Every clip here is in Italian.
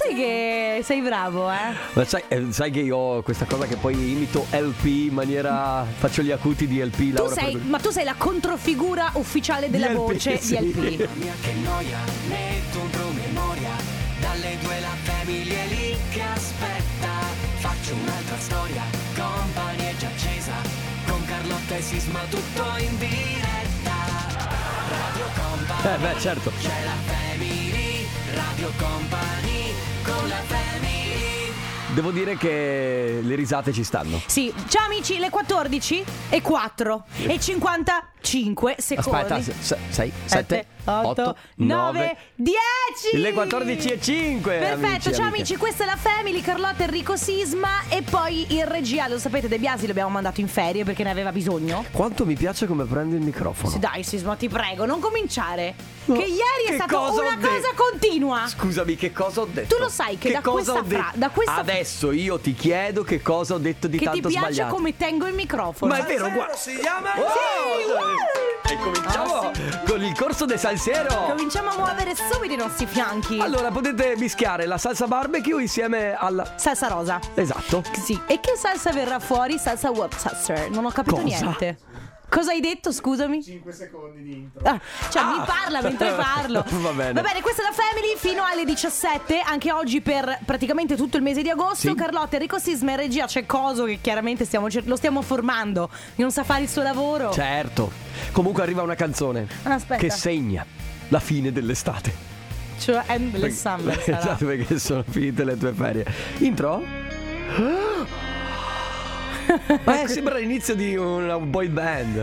Vedi che sei bravo, Ma sai che io ho questa cosa che poi imito LP in maniera... Faccio gli acuti di LP. Ma tu sei la controfigura ufficiale della voce sì. di LP. Mia che noia, metto un promemoria. Dalle 2 la famiglia è lì che aspetta. Faccio un'altra storia, compagnia è già accesa. Con Carlotta e Sisma tutto in diretta. Radio Company, beh, certo. c'è la family. Radio Company, con la family. Devo dire che le risate ci stanno. Sì, ciao amici, le 14 e 4 e 55 secondi. Aspetta, 6, 7, 8, 9, 10. Le 14 e 5. Perfetto, ciao amici, questa è la Family, Carlotta, Enrico, Sisma. E poi in regia, lo sapete, De Biasi l'abbiamo mandato in ferie perché ne aveva bisogno. Quanto mi piace come prende il microfono. Sì, dai Sisma, ti prego, non cominciare. No, che ieri è stata cosa una cosa continua. Scusami, che cosa ho detto? Tu lo sai che da questa Adesso io ti chiedo che cosa ho detto di che tanto ti piace sbagliato. come tengo il microfono. Ma è vero, guarda. Si chiama? E cominciamo con il corso del salsiero. Cominciamo a muovere subito i nostri fianchi. Allora potete mischiare la salsa barbecue insieme alla salsa rosa. Esatto. Sì. E che salsa verrà fuori? Salsa Worcestershire. Non ho capito Cosa? niente. Cosa hai detto, scusami? 5 secondi di intro. Mi parla mentre parlo. Va bene. Questa è la Family fino alle 17. Anche oggi per praticamente tutto il mese di agosto. Sì. Carlotta, Enrico, Sisma in regia. C'è Coso che chiaramente lo stiamo formando. Non sa fare il suo lavoro. Certo. Comunque arriva una canzone Aspetta. che segna la fine dell'estate. Cioè Endless Summer sarà. Esatto, perché sono finite le tue ferie. Intro? Sembra l'inizio di una boy band.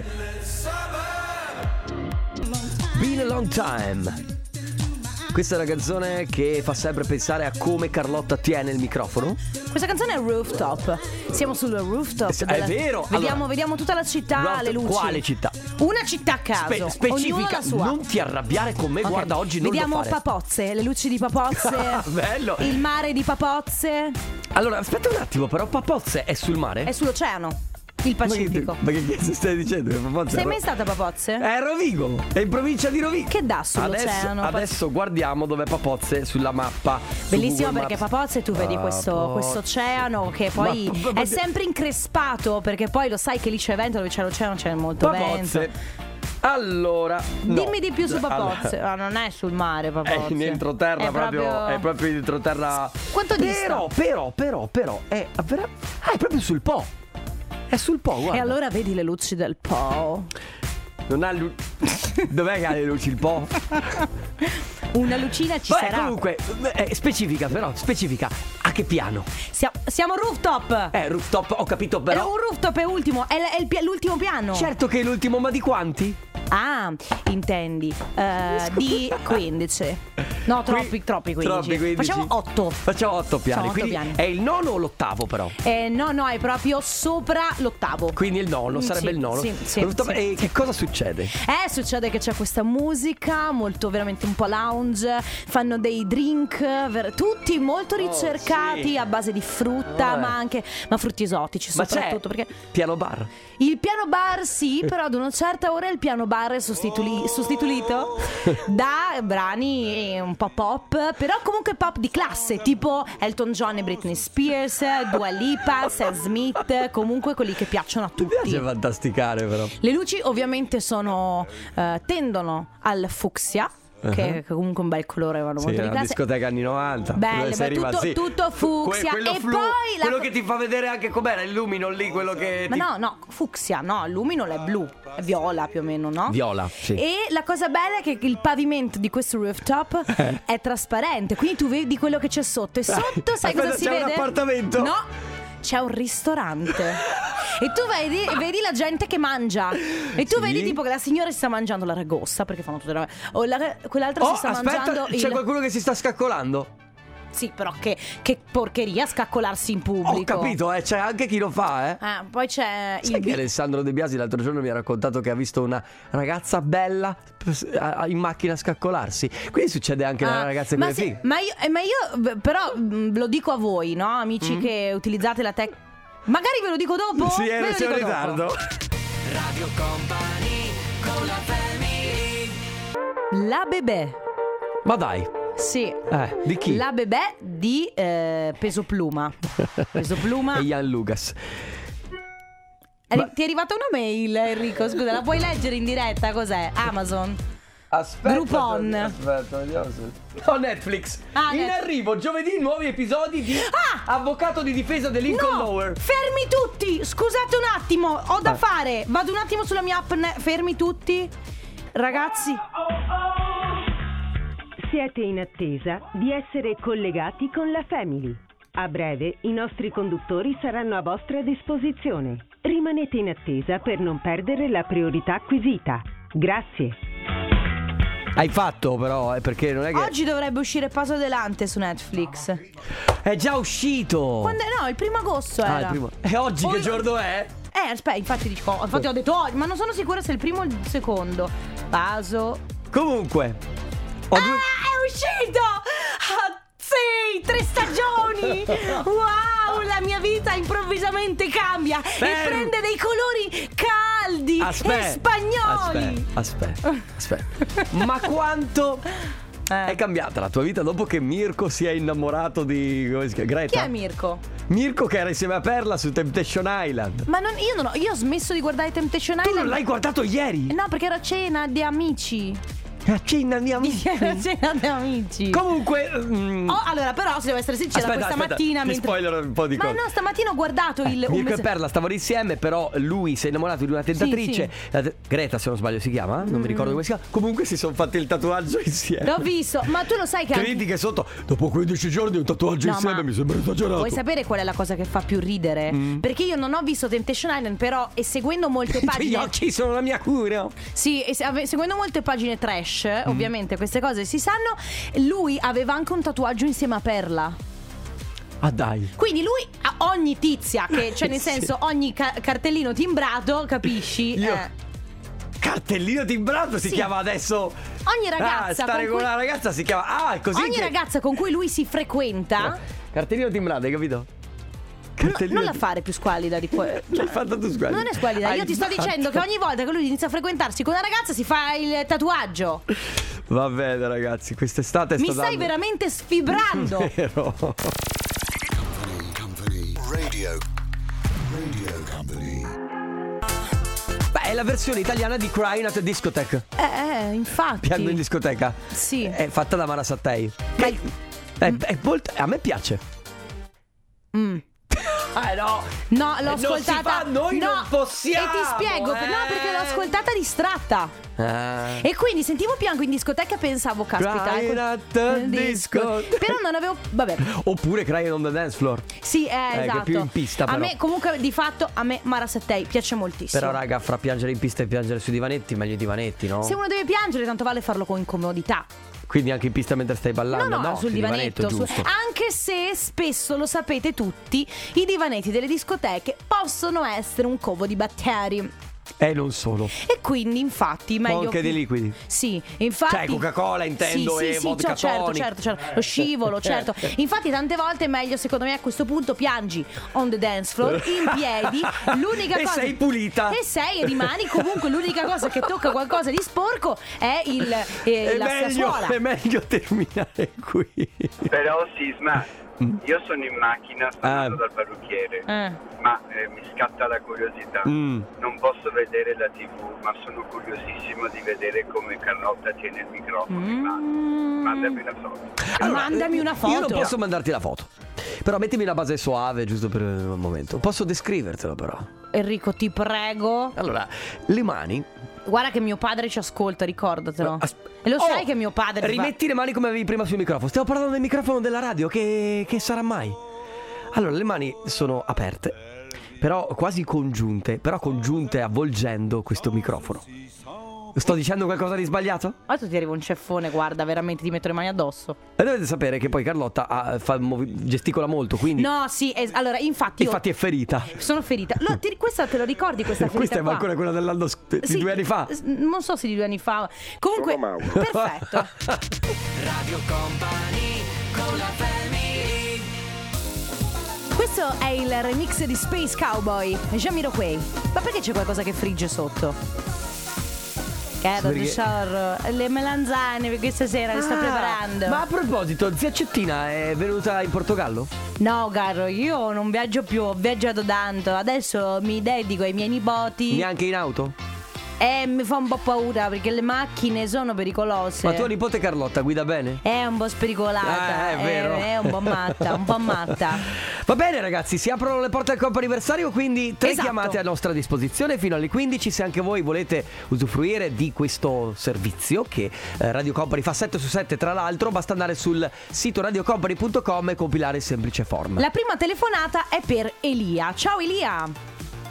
Been a long time. Questa è una canzone che fa sempre pensare a come Carlotta tiene il microfono. Questa canzone è Rooftop. Siamo sul rooftop. È vero. Vediamo tutta la città, le luci. Quale città? Una città a caso. Ognuno Specifica. la sua. Non ti arrabbiare con me. Ok. Guarda, oggi non Vediamo lo fare. Papozze, le luci di Papozze. Bello. Il mare di Papozze. Allora, aspetta un attimo, però Papozze è sul mare? È sull'oceano. Il Pacifico. Ma che cazzo stai dicendo? Papozze Sei mai stata a Papozze? È Rovigo, è in provincia di Rovigo. Che dà sull'oceano? Adesso guardiamo dov'è Papozze sulla mappa. Bellissimo, Google perché Maps. Papozze tu vedi questo oceano che poi è sempre increspato, perché poi lo sai che lì c'è vento, dove c'è l'oceano c'è molto Papozze. vento. Allora, no. Dimmi di più su Papozze. Non è sul mare Papozze. È in entroterra, è proprio in entroterra. Quanto dista? Però è proprio sul Po. È sul Po, guarda. E allora vedi le luci del Po. Non ha dov'è che ha le luci il Po? Una lucina ci sarà. Comunque, specifica a che piano? Siamo rooftop. Rooftop, ho capito, però. È un rooftop, è ultimo. È l'ultimo piano. Certo che è l'ultimo, ma di quanti? Ah, intendi di 15. No, troppi 15. Facciamo 8. Facciamo 8 piani. Quindi è il nono o l'ottavo, però? No, è proprio sopra l'ottavo. Quindi il nono, sarebbe il nono. Sì. E che cosa succede? Succede che c'è questa musica molto, veramente un po' lounge. Fanno dei drink tutti molto ricercati, a base di frutta, ma frutti esotici soprattutto. C'è perché piano bar? il piano bar sì, però ad una certa ora il piano bar è sostituito da brani un po' pop, però comunque pop di classe, tipo Elton John e Britney Spears, Dua Lipa, Sam Smith, comunque quelli che piacciono a tutti. Mi piace fantasticare, però. Le luci ovviamente tendono al fucsia, che è comunque un bel colore, vanno molto di una classe. discoteca anni 90. Belle, tutto fucsia. E poi quello che ti fa vedere anche com'era il lumino lì, quello che no, fucsia, no, il lumino è blu, è viola più o meno, no? Viola, sì. E la cosa bella è che il pavimento di questo rooftop è trasparente, quindi tu vedi quello che c'è sotto. E sotto sai cosa si c'è vede? un appartamento? No, c'è un ristorante. E tu vedi la gente che mangia. E tu vedi tipo che la signora si sta mangiando la ragosta, perché fanno tutte le robe. O quell'altra si sta mangiando c'è qualcuno che si sta scaccolando. Sì, però che porcheria scaccolarsi in pubblico. Ho capito, c'è anche chi lo fa, Poi c'è Sai che Alessandro De Biasi l'altro giorno mi ha raccontato che ha visto una ragazza bella in macchina scaccolarsi. Quindi succede anche alle ragazze così. Sì, ma io però lo dico a voi, no, amici che utilizzate la tech. Magari ve lo dico dopo. Sì, siamo in ritardo. Radio Company con la family. La bebè. Ma dai. Sì. Di chi? La bebè di Peso Pluma. Peso Pluma. E Ian Lucas. Ti è arrivata una mail, Enrico? Scusa, la puoi leggere in diretta? Cos'è? Amazon? Aspetta, Groupon. Aspetta, vediamo se... No, Netflix. In arrivo giovedì nuovi episodi di Avvocato di difesa di Lincoln Lower. Fermi tutti. Scusate un attimo, ho da fare. Vado un attimo sulla mia app. Fermi tutti. Ragazzi, siete in attesa di essere collegati con la Family. A breve i nostri conduttori saranno a vostra disposizione. Rimanete in attesa per non perdere la priorità acquisita. Grazie. Hai fatto però, perché non è che... oggi dovrebbe uscire Paso Delante su Netflix. È già uscito. Quando no, il 1 agosto era. Il primo. E oggi che giorno è? Aspetta, infatti ho detto oggi, ma non sono sicura se è il primo o il secondo. Paso. Comunque è uscito! Sì, 3 stagioni! Wow, la mia vita improvvisamente cambia e prende dei colori caldi e spagnoli. Aspetta. Ma quanto è cambiata la tua vita dopo che Mirko si è innamorato di... come si chiama? Greta? Chi è Mirko? Mirko che era insieme a Perla su Temptation Island. Ma io ho smesso di guardare Temptation Island. Tu non l'hai guardato ieri? No, perché era cena di amici. Cena di amici. Cena di amici. Comunque allora però se devo essere sincera, questa mattina ti spoiler un po' di cose. Ma no, stamattina ho guardato Mirko e Perla stavano insieme, però lui si è innamorato di una tentatrice, Greta se non sbaglio si chiama, non mi ricordo come si chiama. Comunque si sono fatti il tatuaggio insieme. L'ho visto, ma tu lo sai che critiche sotto. Dopo 15 giorni un tatuaggio insieme mi sembra esagerato. Vuoi sapere qual è la cosa che fa più ridere? Perché io non ho visto Temptation Island, però e seguendo molte pagine gli occhi sono la mia cura. Sì, e seguendo molte pagine trash, ovviamente queste cose si sanno. Lui aveva anche un tatuaggio insieme a Perla. Ah dai. Quindi lui a ogni tizia che, cioè nel senso ogni cartellino timbrato, capisci? Cartellino timbrato si chiama adesso. Ogni ragazza stare con una ragazza si chiama così. Ogni ragazza con cui lui si frequenta. Cartellino timbrato, hai capito? Non la fare più squallida di quello. L'hai fatta tu squallida. Non è squallida. Io ti sto dicendo che ogni volta che lui inizia a frequentarsi con una ragazza si fa il tatuaggio. Va bene ragazzi, quest'estate mi stai veramente sfibrando. Vero. Radio Company. Beh, è la versione italiana di Crying at a Discotheque. Infatti. Piango in discoteca. Sì. È fatta da Mara Sattei. È molto, a me piace. No, l'ho ascoltata. Noi non possiamo. E ti spiego, no, perché l'ho ascoltata distratta. E quindi sentivo Piango in discoteca e pensavo, caspita, disco. Però non avevo, vabbè. Oppure Crying on the Dance Floor. Sì, esatto. Che è più in pista, però. A me comunque di fatto Mara Sattei piace moltissimo. Però raga, fra piangere in pista e piangere sui divanetti, meglio i divanetti, no? Se uno deve piangere, tanto vale farlo con comodità. Quindi anche in pista mentre stai ballando? No, sul divanetto giusto. Anche se spesso, lo sapete tutti, i divanetti delle discoteche possono essere un covo di batteri. E non solo. E quindi infatti meglio anche dei liquidi. Sì, infatti. Cioè Coca-Cola intendo e vodka tonic. Certo. Lo scivolo, certo. Infatti tante volte è meglio, secondo me, a questo punto piangi on the dance floor, in piedi. L'unica cosa. E sei pulita. E rimani comunque. L'unica cosa che tocca qualcosa di sporco è la sassuola. È meglio terminare qui. Però Sisma, io sono in macchina, sto andando dal parrucchiere, ma mi scatta la curiosità. Non posso vedere la TV, ma sono curiosissimo di vedere come Carlotta tiene il microfono in mano. Mandami una foto. Allora, mandami una foto. Io non posso mandarti la foto, però mettimi una base suave giusto per un momento. Posso descrivertelo però. Enrico, ti prego. Allora, le mani. Guarda che mio padre ci ascolta, ricordatelo. E lo sai che mio padre rimetti le mani come avevi prima sul microfono. Stiamo parlando del microfono della radio. Che sarà mai? Allora, le mani sono aperte, però quasi congiunte, avvolgendo questo microfono. Sto dicendo qualcosa di sbagliato? Ma tu ti arriva un ceffone, guarda, veramente ti metto le mani addosso. E dovete sapere che poi Carlotta gesticola molto, quindi. No, sì, allora infatti è ferita. Sono ferita. Questa te lo ricordi, questa ferita? Questa è ancora quella dell'anno di 2 anni fa. Non so se di 2 anni fa. Comunque, perfetto. Radio Company con la Family. Questo è il remix di Space Cowboy, Jamiroquai. Ma perché c'è qualcosa che frigge sotto? Tesoro, le melanzane per questa sera le sto preparando. Ma a proposito, zia Cettina è venuta in Portogallo? No, caro, io non viaggio più, ho viaggiato tanto. Adesso mi dedico ai miei nipoti. Neanche in auto? Mi fa un po' paura perché le macchine sono pericolose. Ma tua nipote Carlotta guida bene? È un po' spericolata. È vero. È un po' matta, un po' matta. Va bene ragazzi, si aprono le porte del comp'anniversario, quindi 3 chiamate a nostra disposizione fino alle 15. Se anche voi volete usufruire di questo servizio che Radio Company fa 7 su 7, tra l'altro basta andare sul sito radiocompany.com e compilare il semplice form. La prima telefonata è per Elia. Ciao Elia.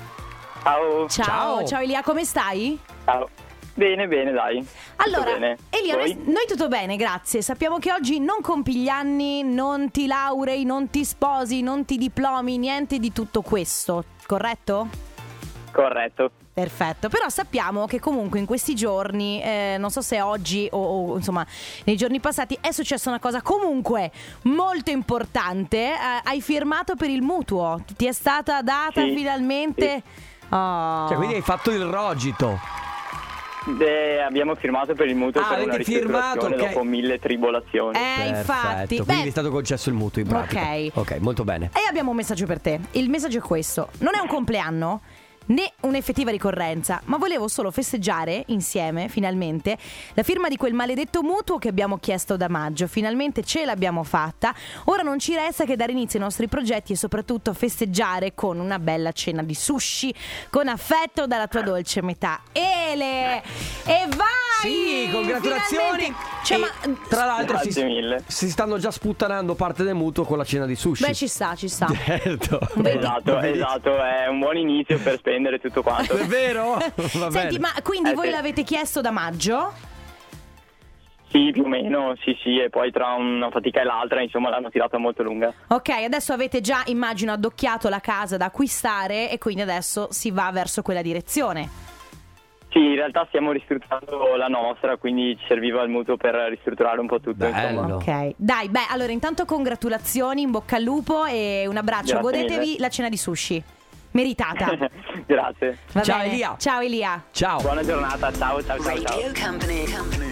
Ciao Elia, come stai? Ciao. Bene, dai. Allora, tutto bene. Elia, noi tutto bene, grazie. Sappiamo che oggi non compi gli anni, non ti laurei, non ti sposi, non ti diplomi, niente di tutto questo, corretto? Corretto. Perfetto, però sappiamo che comunque in questi giorni, non so se oggi o insomma nei giorni passati, è successa una cosa comunque molto importante. Hai firmato per il mutuo, ti è stata data finalmente... Sì. Oh. Cioè, quindi hai fatto il rogito. Abbiamo firmato per il mutuo per una ristrutturazione dopo 1000 tribolazioni. Infatti. Quindi è stato concesso il mutuo in pratica. Ok, molto bene. E abbiamo un messaggio per te. Il messaggio è questo: non è un compleanno né un'effettiva ricorrenza, ma volevo solo festeggiare insieme, finalmente, la firma di quel maledetto mutuo che abbiamo chiesto da maggio. Finalmente ce l'abbiamo fatta. Ora non ci resta che dare inizio ai nostri progetti e soprattutto festeggiare con una bella cena di sushi con affetto dalla tua dolce metà, Ele. E vai! Sì, congratulazioni. Cioè, ma tra l'altro mille. si stanno già sputtanando parte del mutuo con la cena di sushi. Beh, ci sta. Certo. Esatto, è un buon inizio per spendere tutto quanto. È vero? Va Senti, bene. ma quindi voi sì. l'avete chiesto da maggio? Sì, più o meno, sì, e poi tra una fatica e l'altra, insomma, l'hanno tirata molto lunga. Ok, adesso avete già, immagino, addocchiato la casa da acquistare e quindi adesso si va verso quella direzione. Sì, in realtà stiamo ristrutturando la nostra, quindi ci serviva il mutuo per ristrutturare un po' tutto. Bello. Insomma. Ok, dai, allora intanto congratulazioni, in bocca al lupo e un abbraccio. Grazie Godetevi mille. la cena di sushi, meritata. Grazie. Va Ciao, bene. Elia. Ciao Elia. Ciao. Buona giornata, ciao. Radio Company.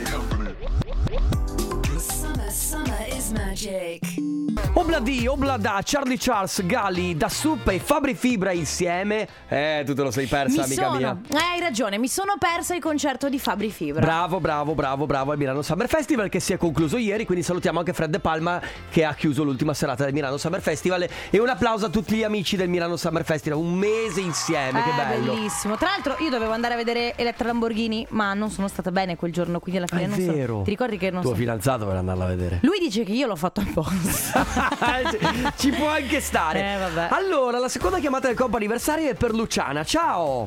Summer is magic. Obladi, Oblada, Charlie Charles, Gali, Da Sup e Fabri Fibra insieme. Tu te lo sei persa, amica mia. Hai ragione, mi sono persa il concerto di Fabri Fibra. Bravo al Milano Summer Festival che si è concluso ieri, quindi salutiamo anche Fred De Palma che ha chiuso l'ultima serata del Milano Summer Festival e un applauso a tutti gli amici del Milano Summer Festival, un mese insieme, che bello. Bellissimo. Tra l'altro io dovevo andare a vedere Elettra Lamborghini, ma non sono stata bene quel giorno, quindi alla fine È non vero. so. Ti ricordi che non tuo so. fidanzato per andarla a vedere? Lui dice che io l'ho fatto apposta. Ci può anche stare. Vabbè. Allora, la seconda chiamata del comp'anniversario è per Luciana. Ciao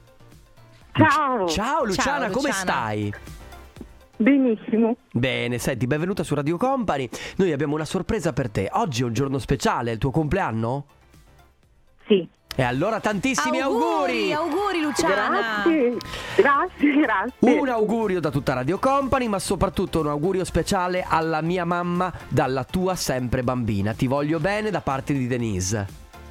Luciana, come stai? Benissimo. Bene, senti, benvenuta su Radio Company. Noi abbiamo una sorpresa per te. Oggi è un giorno speciale, è il tuo compleanno? Sì. E allora tantissimi auguri! Auguri Luciana! Grazie. Un augurio da tutta Radio Company, ma soprattutto un augurio speciale alla mia mamma dalla tua sempre bambina. Ti voglio bene da parte di Denise.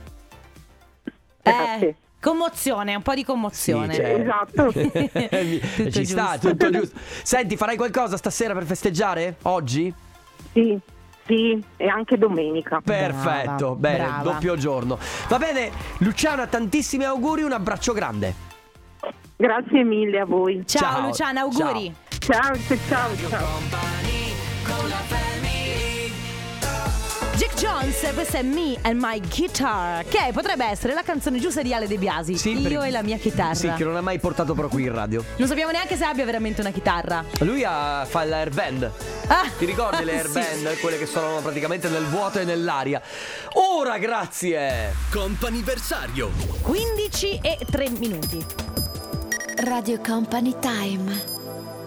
Grazie. Commozione, un po' di commozione. Sì, Esatto. Ci sta, tutto giusto. Senti, farai qualcosa stasera per festeggiare? Oggi? Sì, e anche domenica. Perfetto, bene, brava. doppio giorno. Va bene, Luciana, tantissimi auguri, un abbraccio grande. Grazie mille a voi. Ciao Luciana, auguri. Ciao. Jack Jones, questa è Me and My Guitar, che potrebbe essere la canzone giusta di Ale De Biasi. Io e la mia chitarra. Sì, che non ha mai portato però qui in radio. Non sappiamo neanche se abbia veramente una chitarra. Lui fa l'air band. Ti ricordi le air band? Quelle che suonano praticamente nel vuoto e nell'aria. Ora, grazie. Comp'anniversario 15 e 3 minuti. Radio Company Time.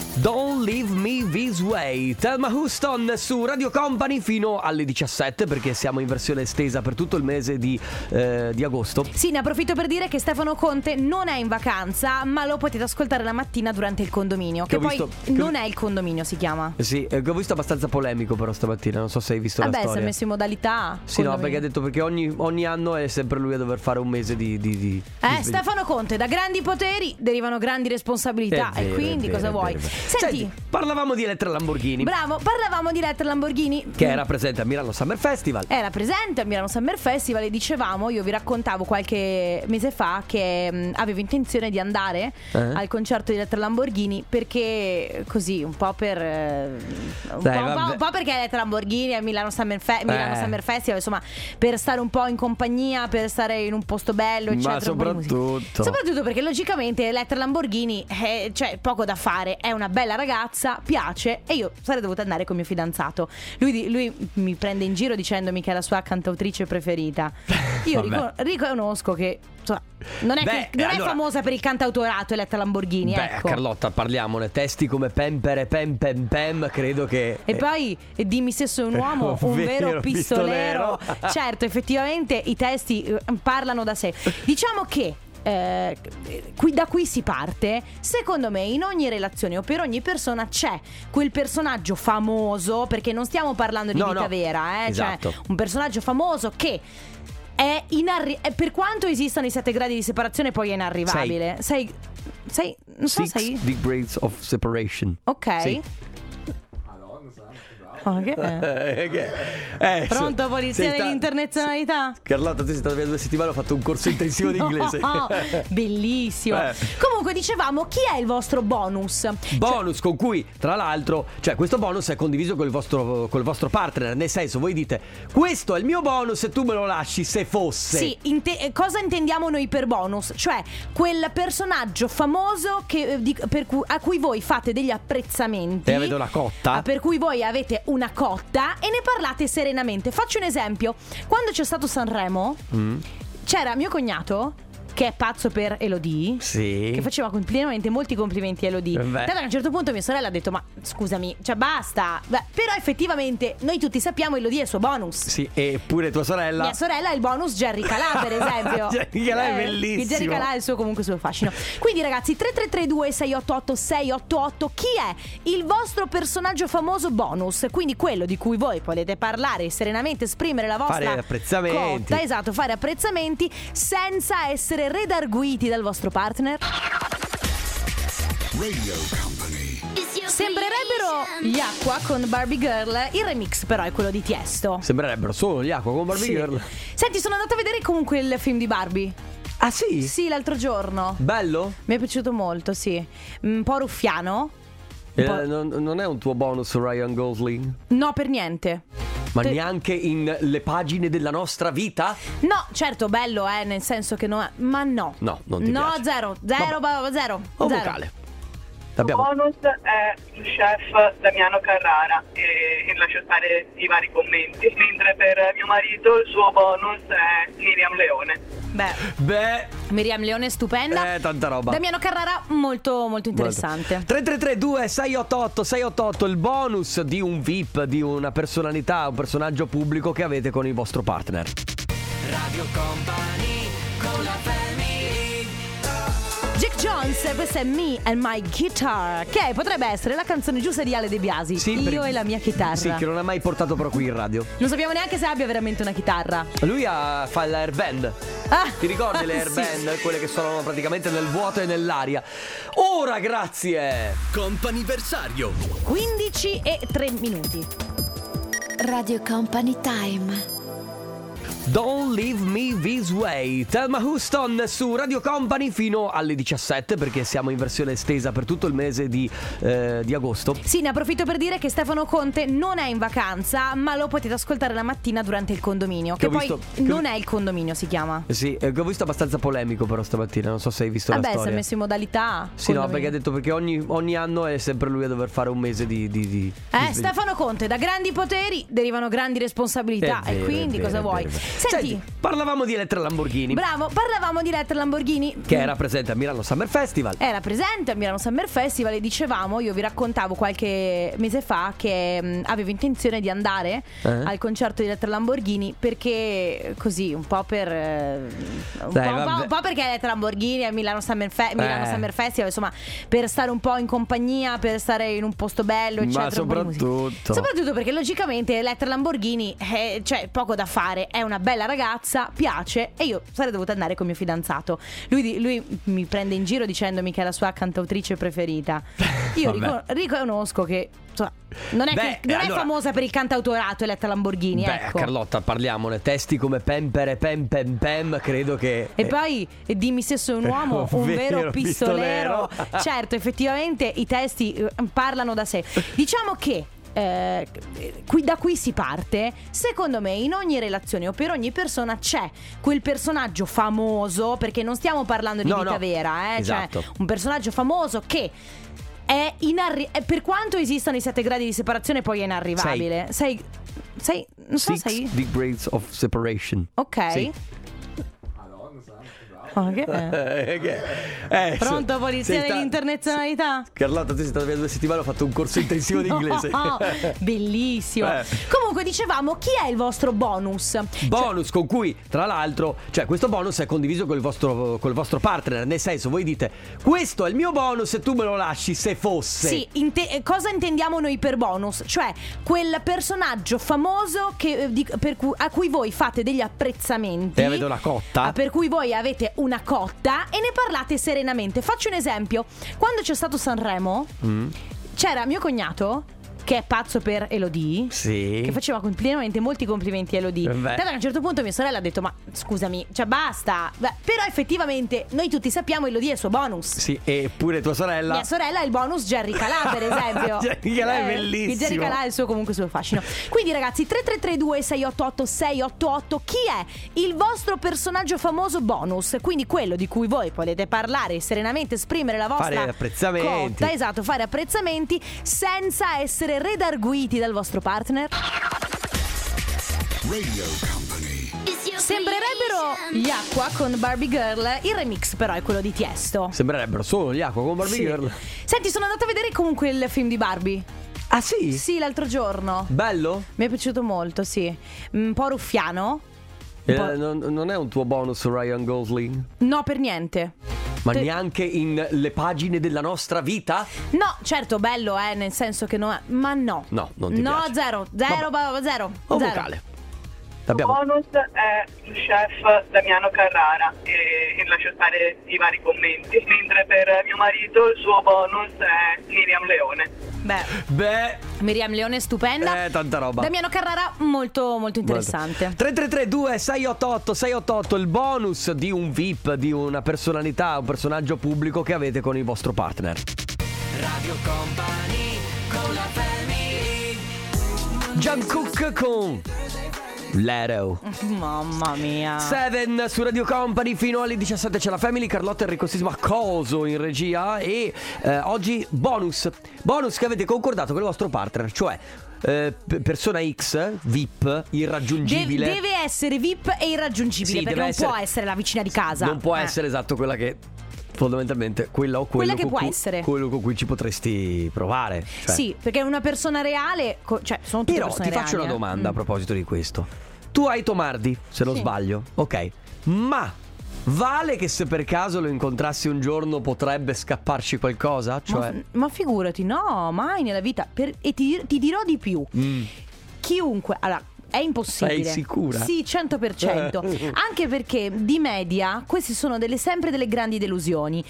Don't Leave Me This Way, Thelma Houston su Radio Company fino alle 17, perché siamo in versione estesa per tutto il mese di agosto. Sì, ne approfitto per dire che Stefano Conte non è in vacanza, ma lo potete ascoltare la mattina durante il condominio, che poi non è il condominio, si chiama. Sì, che ho visto abbastanza polemico però stamattina, non so se hai visto la storia. Vabbè, si è messo in modalità Sì, no, perché ha detto perché ogni anno è sempre lui a dover fare un mese di Stefano Conte, da grandi poteri derivano grandi responsabilità, È vero, e quindi è vero, cosa vuoi? è vero. Senti, parlavamo di Elettra Lamborghini. Bravo, parlavamo di Elettra Lamborghini, che era presente a Milano Summer Festival. Era presente al Milano Summer Festival e dicevamo, io vi raccontavo qualche mese fa che avevo intenzione di andare al concerto di Elettra Lamborghini, perché così un po' per un po' perché Elettra Lamborghini a Milano Summer Festival, insomma, per stare un po' in compagnia, per stare in un posto bello, eccetera. Ma soprattutto perché logicamente Elettra Lamborghini c'è poco da fare, è una bella ragazza, piace, e io sarei dovuta andare con mio fidanzato. Lui mi prende in giro dicendomi che è la sua cantautrice preferita. Io riconosco che non è famosa per il cantautorato Elettra Lamborghini. Ecco. Carlotta, parliamone, testi come Pempere Pem Pem Pem, credo che e poi dimmi se sono un uomo, un vero pistolero. Certo, effettivamente i testi parlano da sé. Diciamo che da qui si parte. Secondo me in ogni relazione o per ogni persona c'è quel personaggio famoso, perché non stiamo parlando di vita vera, esatto. Cioè un personaggio famoso che è per quanto esistano i 7 gradi di separazione, poi è inarrivabile. Sei non so, 6 degrees of separation. Ok. Sì. Pronto, polizia dell'internazionalità? Carlotta, tu sei stata via 2 settimane, ho fatto un corso intensivo di inglese. Bellissimo. Comunque dicevamo, chi è il vostro bonus? Bonus con cui, tra l'altro, cioè questo bonus è condiviso col vostro partner. Nel senso, voi dite, questo è il mio bonus e tu me lo lasci se fosse. Sì, cosa intendiamo noi per bonus? Cioè quel personaggio famoso a cui voi fate degli apprezzamenti. E avete una cotta. Per cui voi avete una cotta e ne parlate serenamente. Faccio un esempio. Quando c'è stato Sanremo, c'era mio cognato, che è pazzo per Elodie, sì, che faceva completamente molti complimenti a Elodie. Tanto a un certo punto mia sorella ha detto, ma scusami, cioè basta. Però effettivamente noi tutti sappiamo Elodie è il suo bonus. Sì, e pure tua sorella. Mia sorella è il bonus Jerry Calà, per esempio. Jerry Calà è bellissimo. Jerry Calà è comunque il suo fascino. Quindi ragazzi, 3332 688 688, chi è il vostro personaggio famoso bonus? Quindi quello di cui voi potete parlare serenamente, esprimere la vostra fare apprezzamenti. cotta, esatto, fare apprezzamenti senza essere redarguiti dal vostro partner. Radio Company. Sembrerebbero gli Aqua con Barbie Girl. Il remix però è quello di Tiesto. Sembrerebbero solo gli Aqua con Barbie Girl. Senti, sono andata a vedere comunque il film di Barbie. Ah sì? Sì, l'altro giorno. Bello? Mi è piaciuto molto, sì. Un po' ruffiano. Non è un tuo bonus Ryan Gosling? No, per niente. Ma neanche in le pagine della nostra vita? No, certo, bello, nel senso che no. Ma no. No, non ti piace. Zero. O vocale. Il bonus è il chef Damiano Carrara, e lascio stare i vari commenti. Mentre per mio marito il suo bonus è Miriam Leone. Beh, Miriam Leone è stupenda. Tanta roba. Damiano Carrara molto molto interessante. 3332 688 688, il bonus di un VIP, di una personalità, un personaggio pubblico che avete con il vostro partner. Radio Company con la family. Jack Jones, questa è Me and My Guitar, che potrebbe essere la canzone giusta di Ale De Biasi. Sì, Io e la mia chitarra. Sì, che non ha mai portato però qui in radio. Non sappiamo neanche se abbia veramente una chitarra. Lui fa l'hair band. Ti ricordi le hair band? Sì. Quelle che suonano praticamente nel vuoto e nell'aria. Ora, grazie. Comp'anniversario 15:03. Radio Company Time. Don't Leave Me This Way, Thelma Houston su Radio Company fino alle 17, perché siamo in versione estesa per tutto il mese di agosto. Sì, ne approfitto per dire che Stefano Conte non è in vacanza, ma lo potete ascoltare la mattina durante il condominio, che poi non è il condominio, si chiama. Sì, che ho visto abbastanza polemico però stamattina, non so se hai visto la storia. Si è messo in modalità. Sì, no, perché ha detto perché ogni anno è sempre lui a dover fare un mese di Stefano Conte, da grandi poteri derivano grandi responsabilità, e quindi cosa vuoi? Senti, parlavamo di Elettra Lamborghini. Bravo, parlavamo di Elettra Lamborghini, che era presente a Milano Summer Festival. Era presente a Milano Summer Festival e dicevamo, io vi raccontavo qualche mese fa che avevo intenzione di andare al concerto di Elettra Lamborghini, perché così un po' per un po' perché Elettra Lamborghini a Milano Summer Festival, insomma, per stare un po' in compagnia, per stare in un posto bello, eccetera. Ma soprattutto perché logicamente Elettra Lamborghini c'è poco da fare, è una bella ragazza, piace, e io sarei dovuta andare con mio fidanzato. Lui mi prende in giro dicendomi che è la sua cantautrice preferita. Io riconosco che non è famosa per il cantautorato Elettra Lamborghini. Ecco. Carlotta, parliamone. Testi come Pempere, Pem Pem Pem, credo che. E poi dimmi se sono un uomo, un vero pistolero. Certo, effettivamente i testi parlano da sé. Diciamo che da qui si parte. Secondo me in ogni relazione o per ogni persona c'è quel personaggio famoso, perché non stiamo parlando di vita vera, esatto. Cioè un personaggio famoso che è per quanto esistano i 7 gradi di separazione, poi è inarrivabile. Sei non so, 6 degrees of separation. Ok. Sì. Pronto, polizia dell'internazionalità? Carlotta, tu sei stata via 2 settimane, ho fatto un corso intensivo di inglese. Bellissimo. Comunque dicevamo, chi è il vostro bonus? Bonus con cui, tra l'altro, cioè questo bonus è condiviso col vostro partner. Nel senso, voi dite, questo è il mio bonus e tu me lo lasci se fosse. Sì, cosa intendiamo noi per bonus? Cioè quel personaggio famoso a cui voi fate degli apprezzamenti. E avete una cotta. Per cui voi avete una cotta e ne parlate serenamente. Faccio un esempio. Quando c'è stato Sanremo, c'era mio cognato, che è pazzo per Elodie, sì, che faceva completamente molti complimenti a Elodie. Tanto che a un certo punto mia sorella ha detto, ma scusami, cioè basta. Però effettivamente noi tutti sappiamo Elodie è il suo bonus. Sì, e pure tua sorella. Mia sorella è il bonus Jerry Calà, per esempio. Jerry Calà è bellissimo. Jerry Calà è il suo fascino. Quindi ragazzi, 3332 688 688, chi è il vostro personaggio famoso bonus? Quindi quello di cui voi potete parlare serenamente, esprimere la vostra fare apprezzamenti. cotta, esatto, fare apprezzamenti senza essere redarguiti dal vostro partner. Radio Company. Sembrerebbero gli Aqua con Barbie Girl. Il remix però è quello di Tiesto. Sembrerebbero solo gli Aqua con Barbie Girl. Senti, sono andata a vedere comunque il film di Barbie. Ah sì? Sì, l'altro giorno. Bello? Mi è piaciuto molto, sì. Un po' ruffiano. Non è un tuo bonus Ryan Gosling? No, per niente. Ma neanche in le pagine della nostra vita? No, certo, bello, nel senso che no. Ma no. No, non ti piace. Zero. O vocale. Il bonus è il chef Damiano Carrara, e lascio stare i vari commenti. Mentre per mio marito il suo bonus è Miriam Leone. Beh, Miriam Leone è stupenda. Tanta roba. Damiano Carrara molto molto interessante. 3332 688 688, il bonus di un VIP, di una personalità, un personaggio pubblico che avete con il vostro partner. Radio Company con la family. Jungkook con Lero. Mamma mia. 7 su Radio Company fino alle 17 c'è la Family. Carlotta, Enrico Sisma, Coso in regia. E oggi bonus che avete concordato con il vostro partner. Cioè persona X, VIP, irraggiungibile. Deve essere VIP e irraggiungibile, perché non può essere la vicina di casa. Non può essere, esatto, quella che fondamentalmente quella o quello che può essere, quello con cui ci potresti provare, cioè. Sì, perché una persona reale, cioè sono tutte persone reali. Però ti faccio una domanda a proposito di questo. Tu hai Tomardi, se non sbaglio. Ok. Ma vale che se per caso lo incontrassi un giorno potrebbe scapparci qualcosa? Cioè... ma figurati, no, mai nella vita. E ti dirò di più. Chiunque, allora, è impossibile. Sei sicura? Sì, 100%. Anche perché di media queste sono sempre delle grandi delusioni.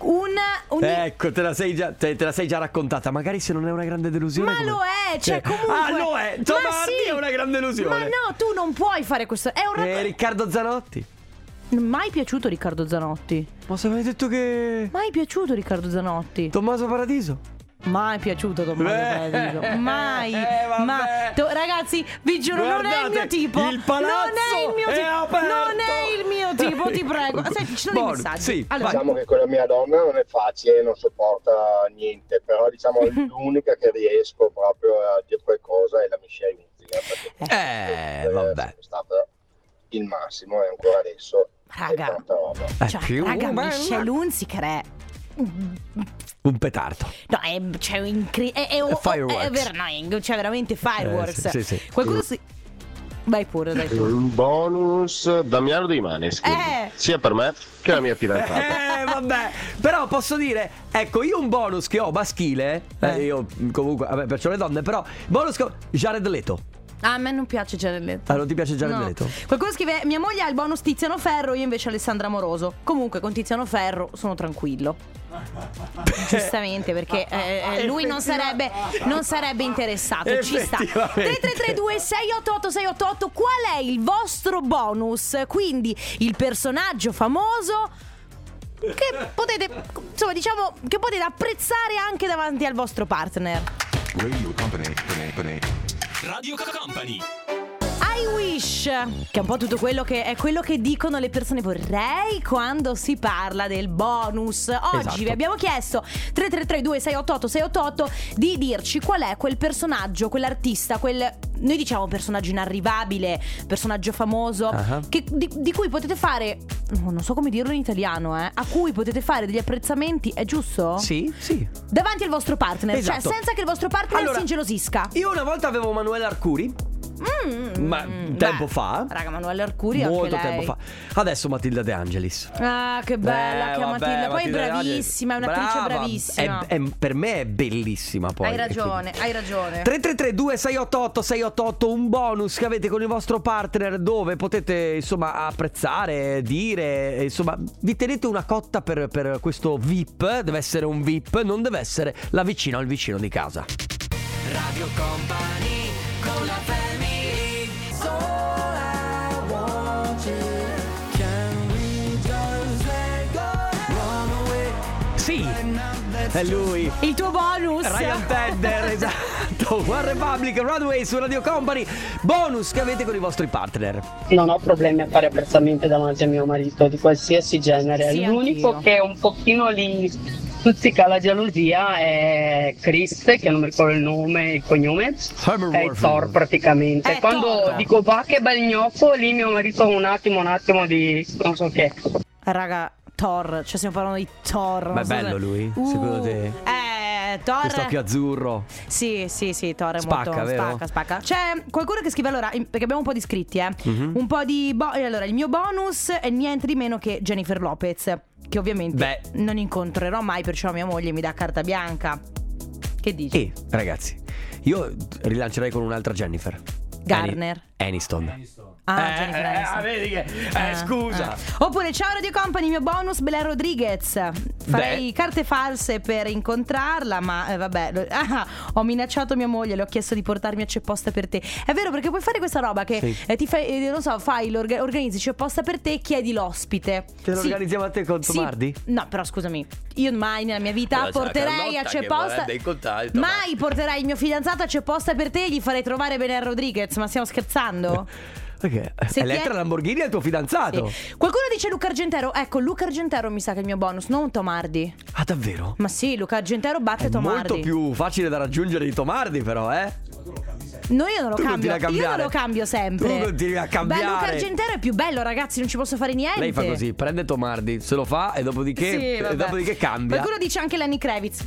Ecco, te la sei già raccontata. Magari se non è una grande delusione. Ma lo è, cioè comunque. Ah, lo è. Tomardi è una grande delusione. Ma no, tu non puoi fare questo. È un Riccardo Zanotti. Mai piaciuto Riccardo Zanotti. Ma se avete detto che mai piaciuto Riccardo Zanotti. Tommaso Paradiso. Mai piaciuto Tommaso Paradiso. Mai. Ragazzi, vi giuro, guardate, non è il mio tipo. Il palazzo non è il mio tipo. Aperto. Non è il mio tipo, ti prego. Senti, ci sono dei messaggi. Sì, allora. Diciamo che con la mia donna non è facile, non sopporta niente, però diciamo l'unica che riesco proprio a dire qualcosa è la Michelle Hunziker. Vabbè. È stata il massimo, e ancora adesso raga, è tanta roba. cioè, raga, Michelle Hunziker è un petardo. no, è cioè veramente fireworks. Sì. Qualcuno vai pure, dai tu. Un bonus Damiano dei Maneskin, sia per me che la mia fidanzata. Vabbè, però posso dire, ecco, io un bonus che ho maschile, io comunque, vabbè, perciò le donne, però bonus che ho, Jared Leto. A me non piace Jared Leto. Non ti piace Jared Leto? Qualcuno scrive: mia moglie ha il bonus Tiziano Ferro, io invece Alessandra Moroso. Comunque con Tiziano Ferro sono tranquillo. Giustamente, perché lui non sarebbe interessato. Ci sta. 3332 688 688. Qual è il vostro bonus? Quindi il personaggio famoso che potete, insomma, diciamo che potete apprezzare anche davanti al vostro partner. Radio Company. I wish, che è un po' tutto quello che dicono le persone vorrei quando si parla del bonus. Oggi vi abbiamo chiesto 3332 688 688 di dirci qual è quel personaggio, quell'artista, noi diciamo personaggio inarrivabile, personaggio famoso, che, di cui potete fare, non so come dirlo in italiano, a cui potete fare degli apprezzamenti, è giusto? Sì. Davanti al vostro partner, cioè senza che il vostro partner si ingelosisca. Io una volta avevo Manuela Arcuri. Ma tempo fa. Raga, Manuela Arcuri molto anche lei. tempo fa. Adesso Matilda De Angelis. Ah, che bella che è Matilda. Poi è bravissima, è un'attrice bravissima. Per me è bellissima. Poi hai ragione. 3332 688 688. Un bonus che avete con il vostro partner, dove potete insomma apprezzare, dire, insomma vi tenete una cotta per questo VIP. Deve essere un VIP, non deve essere la vicina o il vicino di casa. Radio Company con la family. So I want you. Can we just let go? Run away. Sì, è lui. Il tuo bonus Ryan Tedder, esatto. One Republic, Runaway su Radio Company. Bonus che avete con i vostri partner. Non ho problemi a fare apprezzamenti davanti a mio marito di qualsiasi genere. Sì, l'unico anch'io. che è un pochino lì stuzzica la gelosia è Chris, che non mi ricordo il nome e il cognome, è il Thor praticamente. Quando Thor. dico va che bel gnocco, lì mio marito un attimo di non so che. Raga, Thor, cioè stiamo parlando di Thor. Ma è bello lui, secondo te? Thor. Questo occhio azzurro. Sì, Thor è Spacca, molto vero? spacca. C'è qualcuno che scrive, allora, perché abbiamo un po' di iscritti, un po' di allora, il mio bonus è niente di meno che Jennifer Lopez, che ovviamente non incontrerò mai, perciò mia moglie mi dà carta bianca. Che dici? Ragazzi, io rilancerei con un'altra Jennifer. Garner. Aniston. Jennifer Aniston. Vedi che scusa. Oppure ciao Radio Company, mio bonus Bella Rodriguez. Farei carte false per incontrarla, ma vabbè, ho minacciato mia moglie, le ho chiesto di portarmi a C'è Posta per te. È vero, perché puoi fare questa roba che ti fai, non so, organizzi C'è Posta per te, chiedi l'ospite. Te lo organizziamo a te con Tomardi? No, però scusami, io mai nella mia vita porterei a C'è Posta, mai porterei il mio fidanzato a C'è Posta per te e gli farei trovare Bella Rodriguez. Ma stiamo scherzando? Perché? Elettra Lamborghini è il tuo fidanzato. Sì. Qualcuno dice Luca Argentero. Ecco, Luca Argentero mi sa che è il mio bonus, non Tomardi. Ah, davvero? Ma sì, Luca Argentero batte Tomardi. Molto più facile da raggiungere di Tomardi, però, No, io non lo cambio. Io non lo cambio sempre. Tu continui a cambiare. Beh, Luca Argentero è più bello, ragazzi, non ci posso fare niente. Lei fa così, prende Tomardi, se lo fa e dopodiché cambia. Qualcuno dice anche Lenny Kravitz.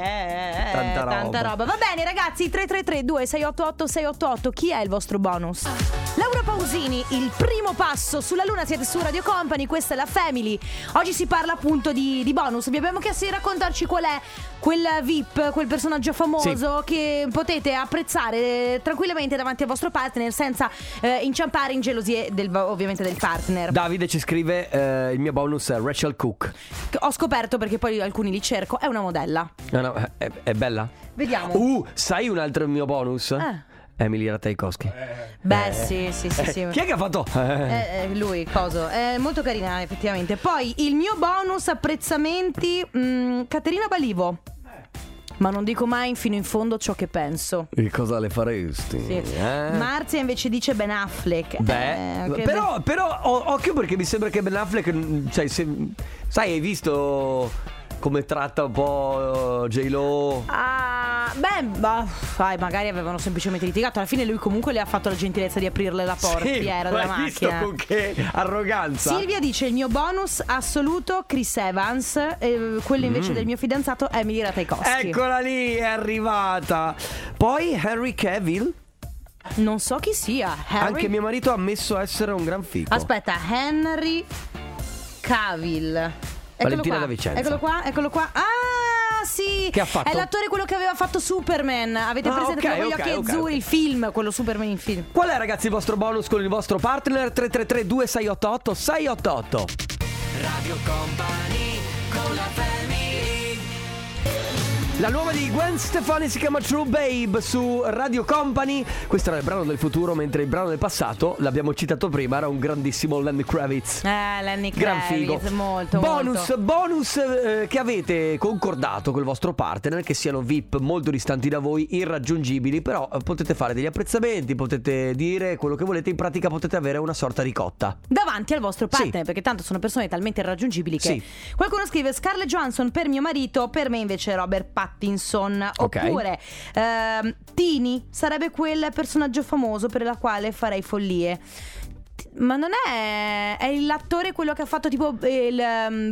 Tanta roba. Va bene, ragazzi, 3332 688 688. Chi è il vostro bonus? Laura Pausini, il primo passo sulla luna. Siete su Radio Company, questa è la Family. Oggi si parla appunto di bonus. Vi abbiamo chiesto di raccontarci qual è quel VIP, quel personaggio famoso che potete apprezzare tranquillamente davanti al vostro partner senza inciampare in gelosie ovviamente del partner. Davide ci scrive il mio bonus è Rachel Cook. Ho scoperto, perché poi alcuni li cerco, è una modella. No, è bella? Vediamo. Sai un altro mio bonus? Emily Ratajkowski. Beh, sì. Chi è che ha fatto? Lui, coso. È molto carina, effettivamente. Poi il mio bonus apprezzamenti, Caterina Balivo. Ma non dico mai fino in fondo ciò che penso. E cosa le faresti? Sì. Marzia invece dice Ben Affleck. Però occhio, perché mi sembra che Ben Affleck, cioè, sai, hai visto come tratta un po' J-Lo? magari avevano semplicemente litigato. Alla fine lui comunque le ha fatto la gentilezza di aprirle la portiera della macchina. Visto con che arroganza. Silvia dice: il mio bonus assoluto Chris Evans, quello invece del mio fidanzato Emily Ratajkowski. Eccola lì, è arrivata. Poi Henry Cavill. Non so chi sia. Anche mio marito ha ammesso essere un gran figo. Aspetta, Henry Cavill. Valentina da Vicenza. Eccolo qua. Ah, sì. Che ha fatto? È l'attore quello che aveva fatto Superman. Avete presente con gli occhi azzurri, il film, quello Superman in film. Qual è, ragazzi, il vostro bonus con il vostro partner? 333 2688 688. Radio Company con la family. La nuova di Gwen Stefani si chiama True Babe su Radio Company. Questo era il brano del futuro, mentre il brano del passato, l'abbiamo citato prima, era un grandissimo Lenny Kravitz. Lenny Kravitz, gran figo. molto. Bonus che avete concordato col vostro partner, che siano VIP molto distanti da voi, irraggiungibili, però potete fare degli apprezzamenti, potete dire quello che volete, in pratica potete avere una sorta di cotta davanti al vostro partner, perché tanto sono persone talmente irraggiungibili che qualcuno scrive: Scarlett Johansson per mio marito, per me invece Robert Pattinson. Oppure Tini sarebbe quel personaggio famoso per la quale farei follie. Ma non è l'attore quello che ha fatto tipo il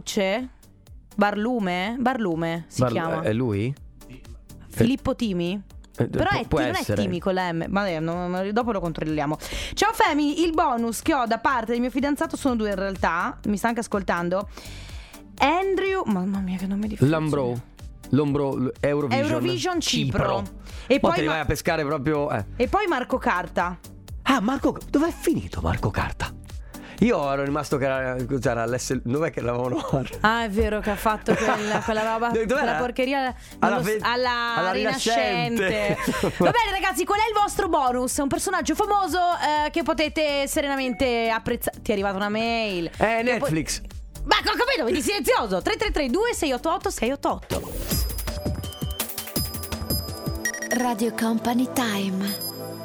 Barlume si chiama. È lui? Filippo Timi? Però non è Timi con la M. Ma dopo lo controlliamo. Ciao Femi, il bonus che ho da parte del mio fidanzato sono due in realtà. Mi sta anche ascoltando. Andrew, mamma mia che nome difficile. Eurovision Cipro. E poi te li vai a pescare proprio. E poi Marco Carta. Ah, Dov'è finito Marco Carta? Io ero rimasto che era dov'è che eravamo? Ah, è vero che ha fatto quella roba, quella porcheria alla Rinascente. Va bene ragazzi, qual è il vostro bonus? Un personaggio famoso che potete serenamente apprezzare. Ti è arrivata una mail. Netflix. Ma ho capito, vedi silenzioso. 333 688 688. Radio Company Time.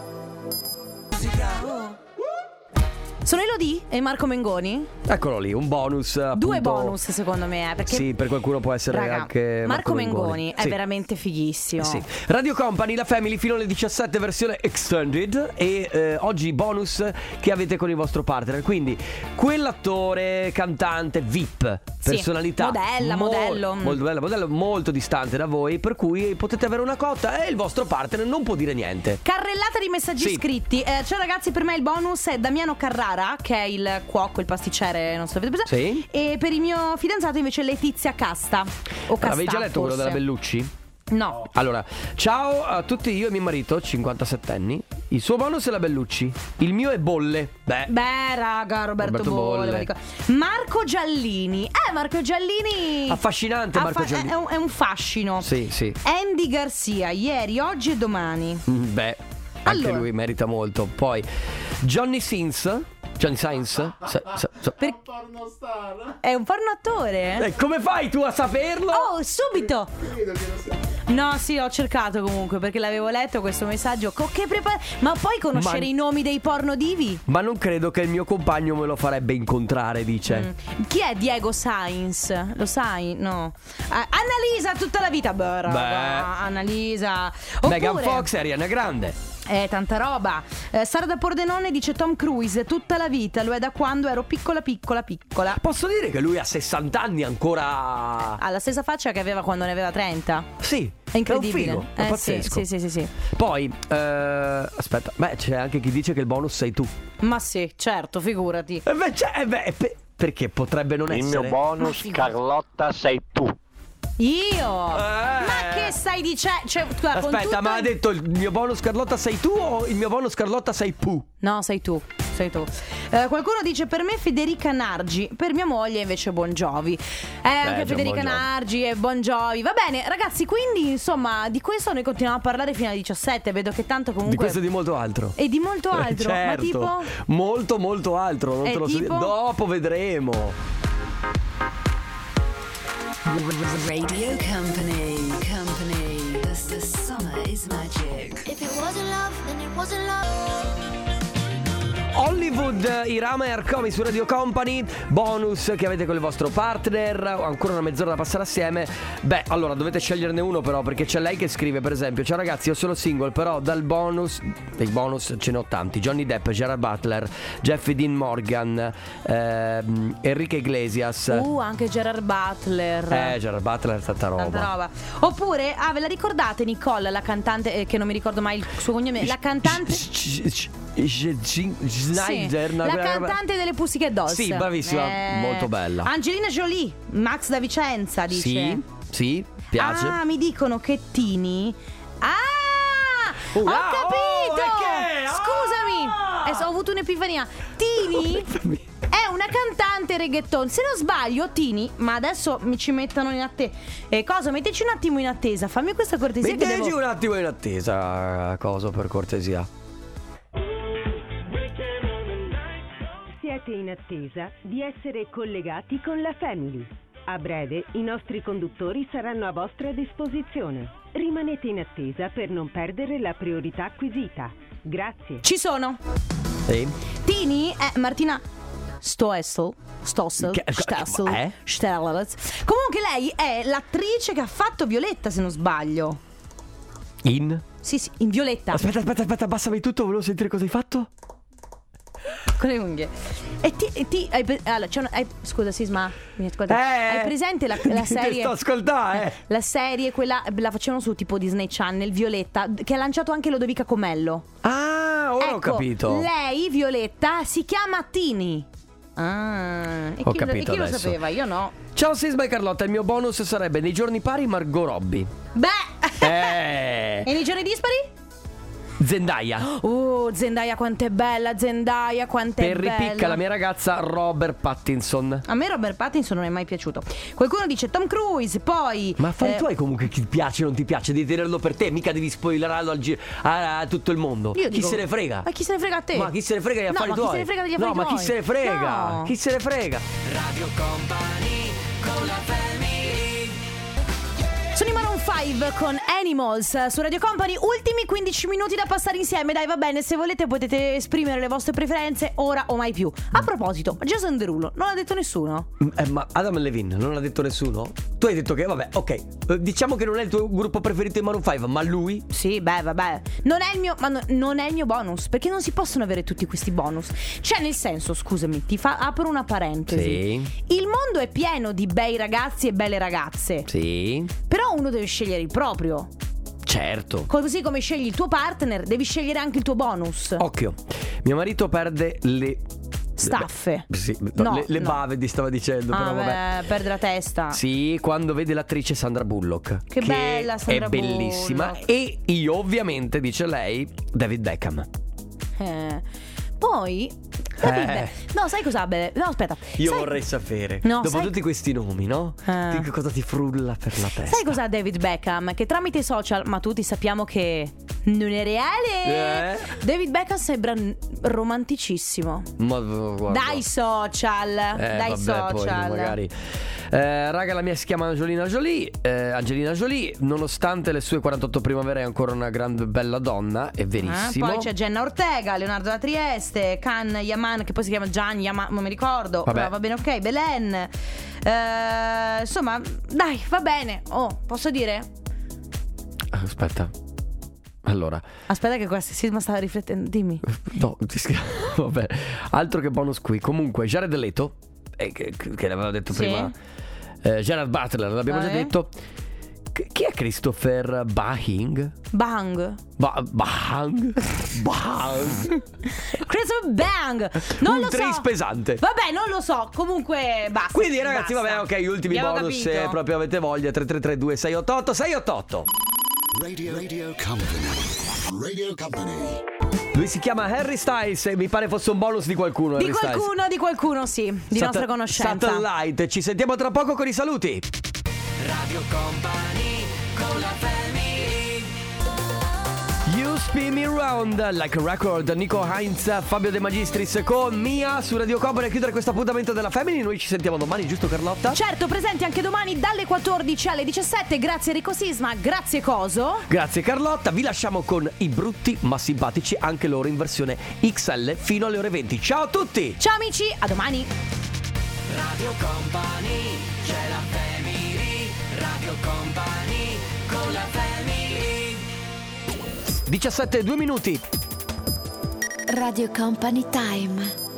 Sono Elodie e Marco Mengoni. Eccolo lì, un bonus appunto. Due bonus secondo me, perché sì, per qualcuno può essere anche Marco Mengoni è veramente fighissimo. Sì. Radio Company, la Family fino alle 17, versione extended. E oggi bonus che avete con il vostro partner. Quindi quell'attore, cantante, VIP, personalità modello molto bella, modello molto distante da voi, per cui potete avere una cotta e il vostro partner non può dire niente. Carrellata di messaggi scritti. Ciao ragazzi, per me il bonus è Damiano Carrara, che è il cuoco, il pasticcere, non so se avete presente. E per il mio fidanzato invece Letizia Casta o Castà. Avevi già letto quello della Bellucci? No. Allora, ciao a tutti, io e mio marito, 57 anni. Il suo bonus è la Bellucci. Il mio è Bolle. Beh raga, Roberto Bolle. Marco Giallini. Marco Giallini affascinante. Marco Giallini è un fascino. Sì. Andy Garcia, ieri, oggi e domani. Anche lui merita molto. Poi Johnny Sins. È un pornoattore? Come fai tu a saperlo? Oh, subito. No, sì, ho cercato comunque, perché l'avevo letto questo messaggio. Ma puoi conoscere i nomi dei porno divi? Ma non credo che il mio compagno me lo farebbe incontrare, dice. Chi è Diego Sainz? Lo sai? No. Annalisa tutta la vita. Annalisa. Megan Fox e Ariana Grande. Tanta roba. Sara da Pordenone dice Tom Cruise tutta la vita, lo è da quando ero piccola. Posso dire che lui a 60 anni ancora ha la stessa faccia che aveva quando ne aveva 30. Sì. È incredibile. È un figo, è pazzesco. Sì. Poi aspetta, c'è anche chi dice che il bonus sei tu. Ma sì, certo, figurati. Perché potrebbe non essere. Il mio bonus, Carlotta, sei tu. Io? Ma che stai dicendo? Aspetta, ma ha detto il mio bonus Carlotta sei tu o il mio bonus Carlotta sei pu? No, sei tu. Qualcuno dice per me Federica Nargi, per mia moglie invece Bon Jovi. Anche Federica Nargi e Bon Jovi. Va bene ragazzi, quindi insomma di questo noi continuiamo a parlare fino alle 17. Vedo che tanto comunque di questo e di molto altro. E di molto altro. Certo. Ma tipo molto altro. Non te lo so dire. Dopo vedremo. Radio Company. The summer is magic. If it wasn't love, then it wasn't love. Hollywood, Irama e Arcomi su Radio Company. Bonus che avete con il vostro partner. Ancora una mezz'ora da passare assieme. Beh, allora dovete sceglierne uno però, perché c'è lei che scrive per esempio: ciao ragazzi, io sono single, però dei bonus ce ne ho tanti. Johnny Depp, Gerard Butler, Jeffrey Dean Morgan, Enrique Iglesias. Anche Gerard Butler. Gerard Butler, tanta roba. Oppure, ve la ricordate Nicole, la cantante, che non mi ricordo mai il suo cognome, la cantante Schneider, la cantante delle Pussycat Dolls. Sì, bravissima, molto bella. Angelina Jolie, Max da Vicenza dice. Sì, piace. Mi dicono che Tini. Ho capito! Scusami, ho avuto un'epifania. Tini è una cantante reggaeton. Se non sbaglio, Tini, ma adesso mi ci mettono in attesa. Cosa? Metteci un attimo in attesa. Fammi questa cortesia. Metteci un attimo in attesa, cosa, per cortesia. Siete in attesa di essere collegati con la Family. A breve i nostri conduttori saranno a vostra disposizione. Rimanete in attesa per non perdere la priorità acquisita. Grazie. Ci sono. Sì. Tini è Martina Stoessel. Comunque lei è l'attrice che ha fatto Violetta, se non sbaglio. Sì, in Violetta. Aspetta, abbassami tutto, volevo sentire cosa hai fatto. Con le unghie. Scusa Sisma, mi ascolta. Hai presente la serie? Ti sto ascoltando, La serie, quella la facevano su tipo Disney Channel, Violetta, che ha lanciato anche Lodovica Comello. Ora ho capito. Lei, Violetta, si chiama Tini. Ho capito. E chi lo sapeva? Io no. Ciao Sisma e Carlotta, il mio bonus sarebbe nei giorni pari Margot Robbie. E nei giorni dispari? Zendaya. Zendaya quanto è bella. Per ripicca la mia ragazza Robert Pattinson. A me Robert Pattinson non è mai piaciuto. Qualcuno dice Tom Cruise. Poi ma fai tu hai comunque chi ti piace o non ti piace, devi tenerlo per te, mica devi spoilerarlo a tutto il mondo. Chi se ne frega? Ma chi se ne frega a te? Ma chi se ne frega degli affari tuoi? Ma chi se ne frega degli affari tuoi? Ma chi se ne frega? No. Chi se ne frega? Radio Company con la Family. Sono i Maroon 5 con Animals su Radio Company. Ultimi 15 minuti da passare insieme. Dai, va bene, se volete potete esprimere le vostre preferenze ora o mai più. A proposito, Jason Derulo non l'ha detto nessuno? Ma Adam Levine non l'ha detto nessuno? Tu hai detto che vabbè, ok, diciamo che non è il tuo gruppo preferito in Maroon 5, ma lui? Sì, vabbè. Non è il mio, non è il mio bonus, perché non si possono avere tutti questi bonus. Cioè, nel senso, scusami, apro una parentesi. Sì. Il mondo è pieno di bei ragazzi e belle ragazze. Sì. Però uno deve scegliere il proprio. Certo. Così come scegli il tuo partner, devi scegliere anche il tuo bonus. Occhio, mio marito perde le staffe. Le bave ti stava dicendo, però vabbè. Perde la testa. Sì, quando vede l'attrice Sandra Bullock. Che bella Sandra Bullock. È bellissima. E io ovviamente, dice lei, David Beckham. Poi no, sai cosa? No, aspetta. Io vorrei sapere, dopo tutti questi nomi, no? Che cosa ti frulla per la testa? Sai cos'ha David Beckham? Che tramite i social, ma tutti sappiamo che non è reale. David Beckham sembra romanticissimo. Ma guarda. Dai social. Poi magari. Raga, la mia si chiama Angelina Jolie. Nonostante le sue 48 primavere è ancora una grande bella donna. È verissimo. Poi c'è Jenna Ortega, Leonardo da Trieste, Can Yaman, che poi si chiama Gian Yaman, non mi ricordo. Vabbè. Però va bene, ok. Belen. Insomma, dai, va bene. Posso dire? Aspetta. Allora, aspetta che questa Sisma stava riflettendo. Dimmi. No, vabbè. Altro che bonus qui. Comunque Jared Leto, che l'aveva detto prima, Gerard Butler, l'abbiamo già detto. Chi è Christopher Bahing? Bang. Bang. Christopher Bang. Non lo so. Un pesante. Vabbè, non lo so. Comunque basta. Quindi ragazzi, vabbè, ok, gli ultimi bonus, se proprio avete voglia. 3332 688 688. Radio Company. Lui si chiama Harry Styles e mi pare fosse un bonus di qualcuno. Di qualcuno, sì. Di nostra conoscenza. Satellite. Ci sentiamo tra poco con i saluti. Radio Company con la Family. Spin Me Round, Like a Record, Nico Heinz, Fabio De Magistris con Mia su Radio Company a chiudere questo appuntamento della Family. Noi ci sentiamo domani, giusto Carlotta? Certo, presenti anche domani dalle 14 alle 17. Grazie Enrico Sisma, grazie Coso. Grazie Carlotta, vi lasciamo con i brutti ma simpatici, anche loro in versione XL fino alle ore 20. Ciao a tutti! Ciao amici, a domani. Radio Company, c'è la family. Radio Company, con la family. 17:02. Radio Company Time.